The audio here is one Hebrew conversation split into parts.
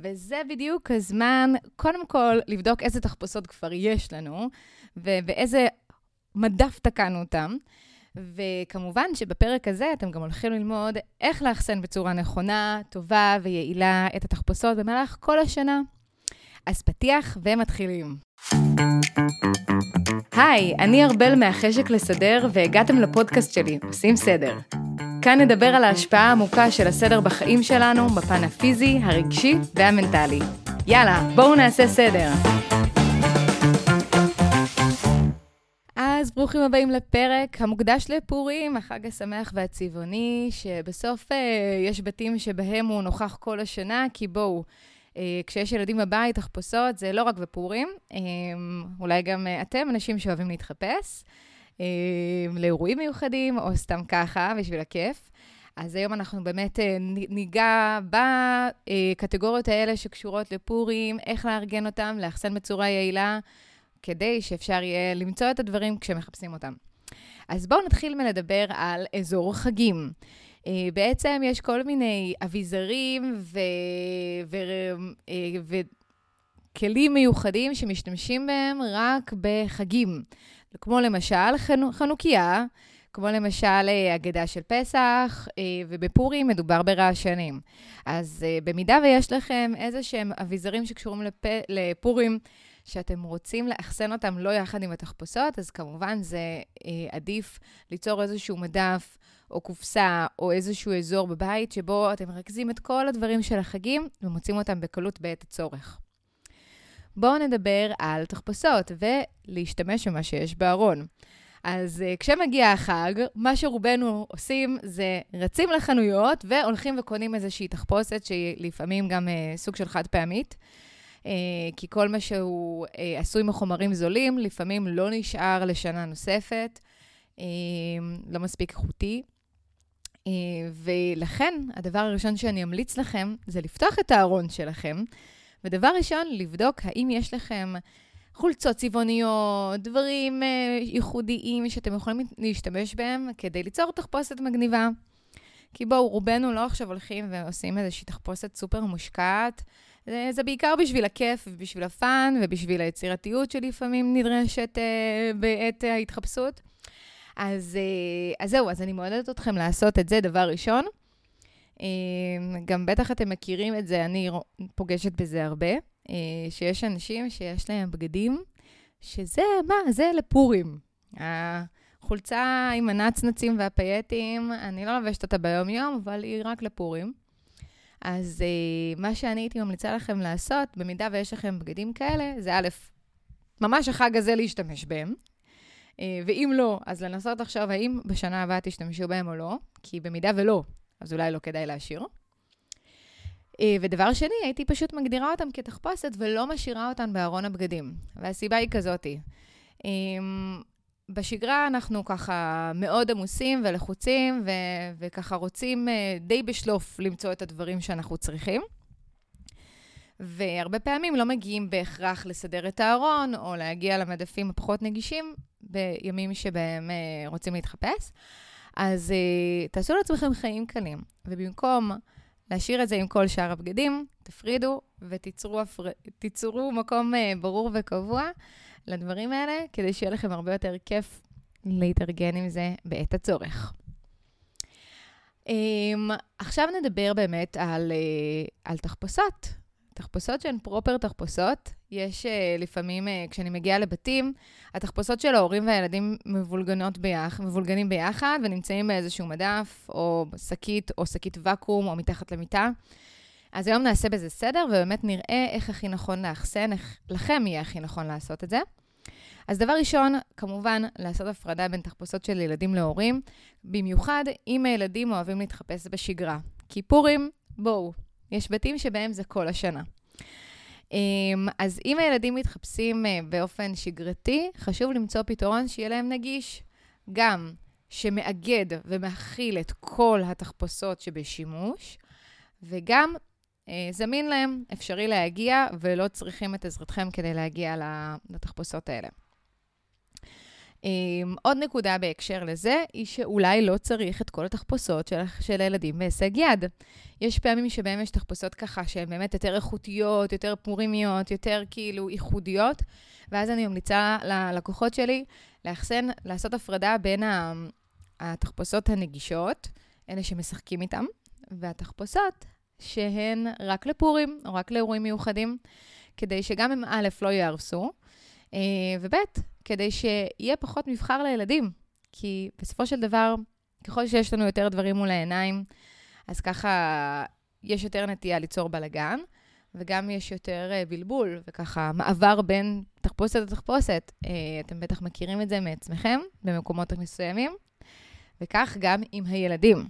וזה בדיוק הזמן, קודם כל, לבדוק איזה תחפושות כבר יש לנו, ואיזה מדף תקענו אותם. וכמובן שבפרק הזה אתם גם הולכים ללמוד איך לאחסן בצורה נכונה, טובה ויעילה את התחפושות במהלך כל השנה. אז פתיח ומתחילים. היי, אני ארבל מהחשק לסדר והגעתם לפודקאסט שלי, עושים סדר. כאן נדבר על ההשפעה העמוקה של הסדר בחיים שלנו, בפן הפיזי, הרגשי והמנטלי. יאללה, בואו נעשה סדר. אז ברוכים הבאים לפרק המוקדש לפורים, החג השמח והצבעוני, שבסוף יש בתים שבהם הוא נוכח כל השנה, כי בואו, כשיש ילדים בבית, תחפושות, זה לא רק בפורים, אולי גם אתם אנשים שאוהבים להתחפש, לאירועים מיוחדים, או סתם ככה, בשביל הכיף. אז היום אנחנו באמת ניגע בקטגוריות האלה שקשורות לפורים, איך לארגן אותם, לאחסן בצורה יעילה, כדי שאפשר יהיה למצוא את הדברים כשמחפשים אותם. אז בואו נתחיל מלדבר על אזור חגים. בעצם יש כל מיני אביזרים וכלים מיוחדים שמשתמשים בהם רק בחגים. כמו למשל חנוכיה, כמו למשל הגדה של פסח, ובפורים מדובר ברעשנים. אז במידה ויש לכם איזה שהם אביזרים שקשורים לפורים, שאתם רוצים לאחסן אותם לא יחד עם התחפושות, אז כמובן זה עדיף ליצור איזשהו מדף או קופסה או איזשהו אזור בבית, שבו אתם מרכזים את כל הדברים של החגים ומוצאים אותם בקלות בעת הצורך. בואו נדבר על תחפושות ולהשתמש במה שיש בארון. אז כשמגיע החג, מה שרובנו עושים זה רצים לחנויות והולכים וקונים איזושהי תחפושת שהיא לפעמים גם סוג של חד פעמית. כי כל מה שהוא עשוי מחומרים זולים, לפעמים לא נשאר לשנה נוספת, לא מספיק איכותי. ולכן, הדבר הראשון שאני אמליץ לכם, זה לפתוח את הארון שלכם, ודבר ראשון, לבדוק האם יש לכם חולצות צבעוניות, דברים ייחודיים שאתם יכולים להשתמש בהם, כדי ליצור תחפושת מגניבה. כי בואו, רובנו לא עכשיו הולכים ועושים איזושהי תחפושת סופר מושקעת, זה בעיקר בשביל הכיף ובשביל הפן ובשביל היצירתיות שלפעמים נדרשת בעת ההתחפשות. אז זהו, אז אני מעודדת אתכם לעשות את זה דבר ראשון. גם בטח אתם מכירים את זה, אני פוגשת בזה הרבה, שיש אנשים שיש להם בגדים, שזה, זה לפורים. החולצה עם הנצנצים והפייטים, אני לא לובשת אותה ביום יום, אבל היא רק לפורים. אז מה שאני הייתי ממליצה לכם לעשות, במידה ויש לכם בגדים כאלה, זה א', ממש החג הזה להשתמש בהם. ואם לא, אז לנסות עכשיו האם בשנה הבאה תשתמשו בהם או לא, כי במידה ולא, אז אולי לא כדאי להשאיר. ודבר שני, הייתי פשוט מגדירה אותם כתחפושת ולא משאירה אותן בארון הבגדים. והסיבה היא כזאתי. בשגרה אנחנו ככה מאוד עמוסים ולחוצים, וככה רוצים די בשלוף למצוא את הדברים שאנחנו צריכים. והרבה פעמים לא מגיעים בהכרח לסדר את הארון, או להגיע למדפים הפחות נגישים, בימים שבהם רוצים להתחפש. אז תעשו לעצמכם חיים קלים, ובמקום להשאיר את זה עם כל שאר הבגדים, תפרידו ותיצרו מקום ברור וקבוע, לדברים האלה, כדי שיהיה לכם הרבה יותר כיף להתארגן עם זה בעת הצורך. עכשיו נדבר באמת על תחפושות. תחפושות שהן פרופר תחפושות. יש לפעמים, כשאני מגיעה לבתים, התחפושות של ההורים והילדים מבולגנים ביחד, ונמצאים באיזשהו מדף, או שקית, או שקית וקום, או מתחת למיטה. אז היום נעשה בזה סדר, ובאמת נראה איך הכי נכון לאחסן, איך לכם יהיה הכי נכון לעשות את זה. אז דבר ראשון, כמובן, לעשות הפרדה בין תחפושות של ילדים להורים, במיוחד אם הילדים אוהבים להתחפש בשגרה. כי פורים, בואו, יש בתים שבהם זה כל השנה. אז אם הילדים מתחפשים באופן שגרתי, חשוב למצוא פתרון שיהיה להם נגיש, גם שמאגד ומאכיל את כל התחפושות שבשימוש, וגם זמין להם, אפשרי להגיע, ולא צריכים את עזרתכם כדי להגיע לתחפושות האלה. עוד נקודה בהקשר לזה, היא שאולי לא צריך את כל התחפושות של הילדים בהישג יד. יש פעמים שבהם יש תחפושות ככה שהן באמת יותר איכותיות, יותר פורימיות, יותר כאילו ייחודיות, ואז אני ממליצה ללקוחות שלי לעשות הפרדה בין התחפושות הנגישות, אלה שמשחקים איתם, והתחפושות שהן רק לפורים או רק לאירועים מיוחדים, כדי שגם הם א' לא יהרסו, וב' כדי שיהיה פחות מבחר לילדים. כי בסופו של דבר, ככל שיש לנו יותר דברים מול העיניים, אז ככה יש יותר נטייה ליצור בלגן, וגם יש יותר בלבול, וככה מעבר בין תחפושת לתחפושת. אתם בטח מכירים את זה מעצמכם, במקומות מסוימים, וכך גם עם הילדים.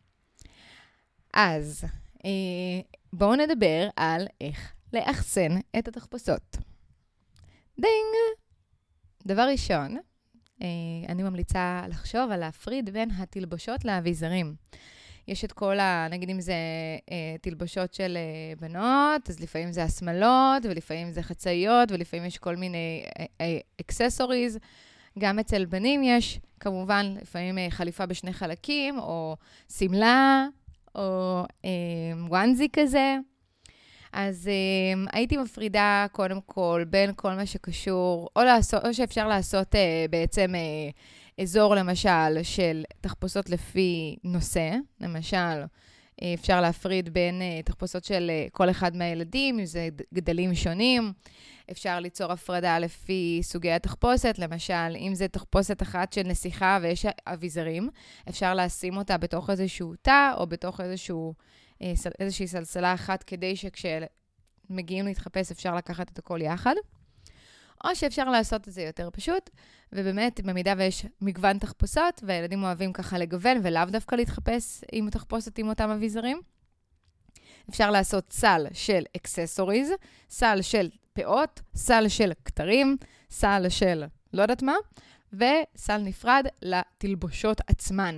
אז בואו נדבר על איך לאחסן את התחפושות. דינג! דבר ראשון, אני ממליצה לחשוב על להפריד בין התלבושות לאביזרים. יש את כל נגיד אם זה תלבושות של בנות, אז לפעמים זה השמלות, ולפעמים זה חצאיות, ולפעמים יש כל מיני אקססוריז. גם אצל בנים יש, כמובן, לפעמים חליפה בשני חלקים, או סמלה, או וואנזי כזה. אז הייתי מפרידה קודם כל בין כל מה שקשור, או שאפשר לעשות בעצם אזור למשל של תחפושות לפי נושא, למשל אפשר להפריד בין תחפושות של כל אחד מהילדים, אם זה גדלים שונים, אפשר ליצור הפרדה לפי סוגי התחפושת, למשל אם זה תחפושת אחת של נסיכה ויש אביזרים, אפשר לשים אותה בתוך איזשהו תא או בתוך איזושהי סלסלה אחת, כדי שכשמגיעים להתחפש אפשר לקחת את הכל יחד. או שאפשר לעשות את זה יותר פשוט, ובאמת במידה ויש מגוון תחפושות, והילדים אוהבים ככה לגוון ולאו דווקא להתחפש עם תחפושת עם אותם אביזרים, אפשר לעשות סל של אקססוריז, סל של פאות, סל של כתרים, סל של לא יודעת מה, וסל נפרד לתלבושות עצמן.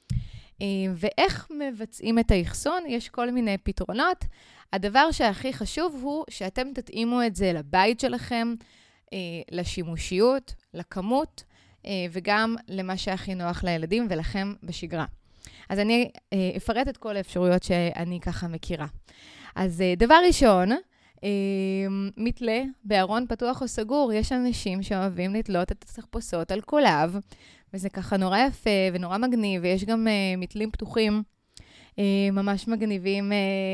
ואיך מבצעים את האחסון? יש כל מיני פתרונות. הדבר שהכי חשוב הוא שאתם תתאימו את זה לבית שלכם, לשימושיות, לכמות, וגם למה שהכי נוח לילדים ולכם בשגרה. אז אני אפרט את כל האפשרויות שאני ככה מכירה. אז דבר ראשון, מתלה בארון פתוח או סגור. יש אנשים שאוהבים לתלות את התחפושות על קולב, וזה ככה נורא יפה ונורא מגניב, ויש גם מתלים פתוחים ממש מגניבים,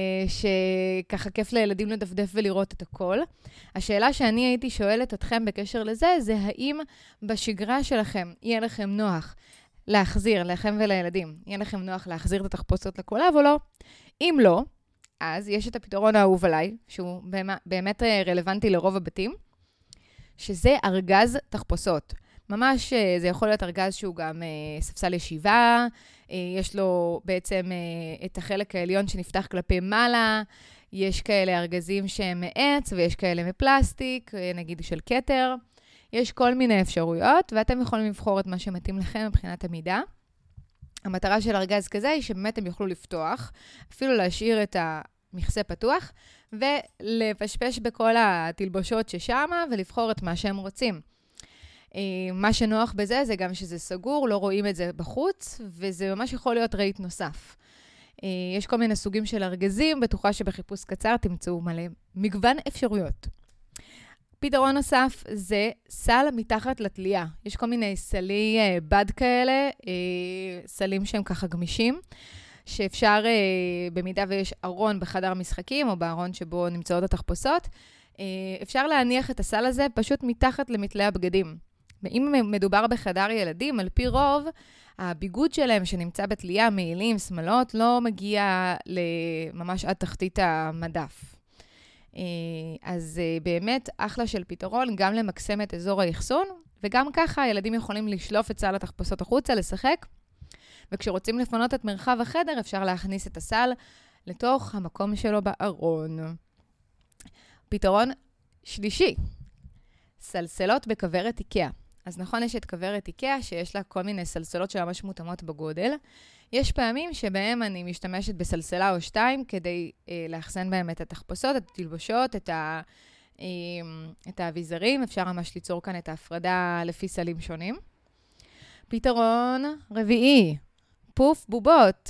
שככה כיף לילדים לדפדף ולראות את הכל. השאלה שאני הייתי שואלת אתכם בקשר לזה, זה האם בשגרה שלכם יהיה לכם נוח להחזיר, לכם ולילדים, יהיה לכם נוח להחזיר את התחפושות לקולב או לא? אם לא, אז יש את הפתרון האהוב עליי, שהוא באמת רלוונטי לרוב הבתים, שזה ארגז תחפושות. ממש זה יכול להיות ארגז שהוא גם ספסל ישיבה, יש לו בעצם את החלק העליון שנפתח כלפי מעלה, יש כאלה ארגזים שהם מעץ ויש כאלה מפלסטיק, נגיד של כתר. יש כל מיני אפשרויות, ואתם יכולים לבחור את מה שמתאים לכם מבחינת המידה. המטרה של ארגז כזה היא שבאמת הם יוכלו לפתוח, אפילו להשאיר את המכסה פתוח, ולפשפש בכל התלבושות ששמה ולבחור את מה שהם רוצים. מה שנוח בזה זה גם שזה סגור, לא רואים את זה בחוץ, וזה ממש יכול להיות רהיט נוסף. יש כל מיני סוגים של ארגזים, בטוחה שבחיפוש קצר תמצאו מלא מגוון אפשרויות. פתרון נוסף זה סל מתחת לתלייה. יש כל מיני סלי בד כאלה, סלים שהם ככה גמישים, שאפשר במידה ויש ארון בחדר משחקים, או בארון שבו נמצאות התחפושות, אפשר להניח את הסל הזה פשוט מתחת למתלי הבגדים. ואם מדובר בחדר ילדים, על פי רוב, הביגוד שלהם שנמצא בתלייה, מעילים, שמלות, לא מגיע ממש עד תחתית המדף. אז באמת אחלה של פתרון, גם למקסם את אזור האחסון, וגם ככה הילדים יכולים לשלוף את סל התחפושות החוצה, לשחק, וכשרוצים לפנות את מרחב החדר, אפשר להכניס את הסל לתוך המקום שלו בארון. פתרון שלישי, סלסלות בכוורת איקאה. אז נכון, יש את כוורת איקאה, שיש לה כל מיני סלסלות שממש מותאמות בגודל. יש פעמים שבהם אני משתמשת בסלסלה או שתיים, כדי לאחסן בהם את התחפושות, את התלבושות, את האביזרים. אפשר ממש ליצור כאן את ההפרדה לפי סלים שונים. פתרון רביעי, פוף בובות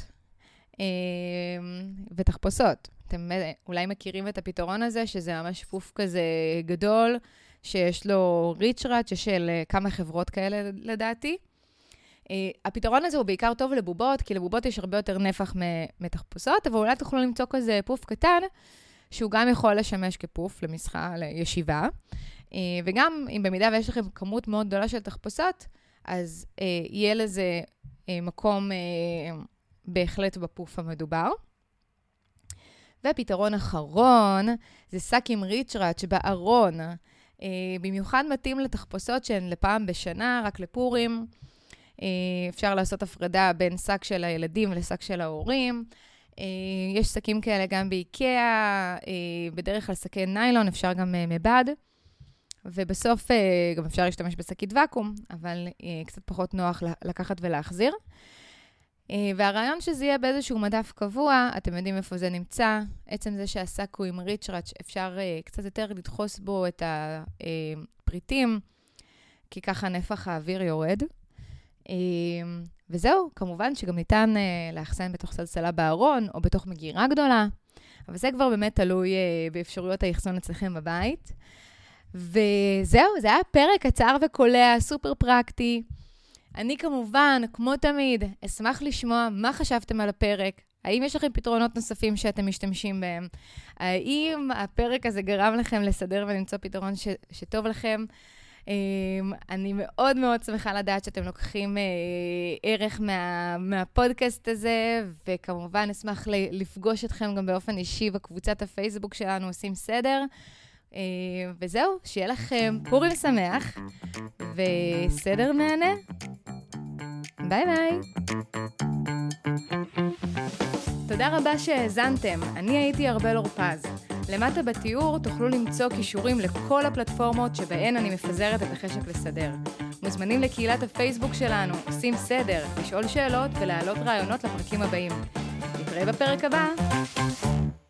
ותחפושות. אתם אולי מכירים את הפתרון הזה, שזה ממש פוף כזה גדול, שיש לו ריצ'ראץ' של כמה חברות כאלה לדעתי. הפתרון הזה הוא בעיקר טוב לבובות, כי לבובות יש הרבה יותר נפח מתחפושות, אבל אולי תוכלו למצוא כזה פוף קטן, שהוא גם יכול לשמש כפוף למשחה, לישיבה. וגם אם במידה ויש לכם כמות מאוד גדולה של תחפושות, אז יהיה לזה מקום בהחלט בפוף המדובר. ופתרון אחרון, זה שק עם ריצ'ראץ' בארון. במיוחד מתאים לתחפושות שהן לפעם בשנה, רק לפורים. אפשר לעשות הפרדה בין שק של הילדים לשק של ההורים. יש שקים כאלה גם באיקאה, בדרך כלל שקי ניילון, אפשר גם מבד. ובסוף גם אפשר להשתמש בשקית ואקום, אבל קצת פחות נוח לקחת ולהחזיר. והרעיון שזה יהיה באיזשהו מדף קבוע, אתם יודעים איפה זה נמצא. עצם זה שהשק הוא עם ריצ'ראץ', אפשר קצת יותר לדחוס בו את הפריטים, כי ככה נפח האוויר יורד. וזהו, כמובן שגם ניתן לאחסן בתוך סלסלה בארון, או בתוך מגירה גדולה, אבל זה כבר באמת תלוי באפשרויות האחסון אצלכם בבית. וזהו, זה היה פרק קצר וקולע, סופר פרקטי. אני כמובן, כמו תמיד, אשמח לשמוע מה חשבתם על הפרק. האם יש לכם פתרונות נוספים שאתם משתמשים בהם? האם הפרק הזה גרם לכם לסדר ולמצוא פתרון שטוב לכם? אני מאוד מאוד שמחה לדעת שאתם לוקחים ערך מהפודקאסט הזה, וכמובן אשמח לפגוש אתכם גם באופן אישי בקבוצת הפייסבוק שלנו, עושים סדר. וזהו, שיהיה לכם פורים שמח וסדר מהנה. ביי ביי. תודה רבה שהאזנתם. אני הייתי ארבל אורפז. למטה בתיאור תוכלו למצוא קישורים לכל הפלטפורמות שבהן אני מפזרת את החשק לסדר. מוזמנים לקהילת הפייסבוק שלנו, עושים סדר, לשאול שאלות ולהעלות רעיונות לפרקים הבאים. נתראה בפרק הבא.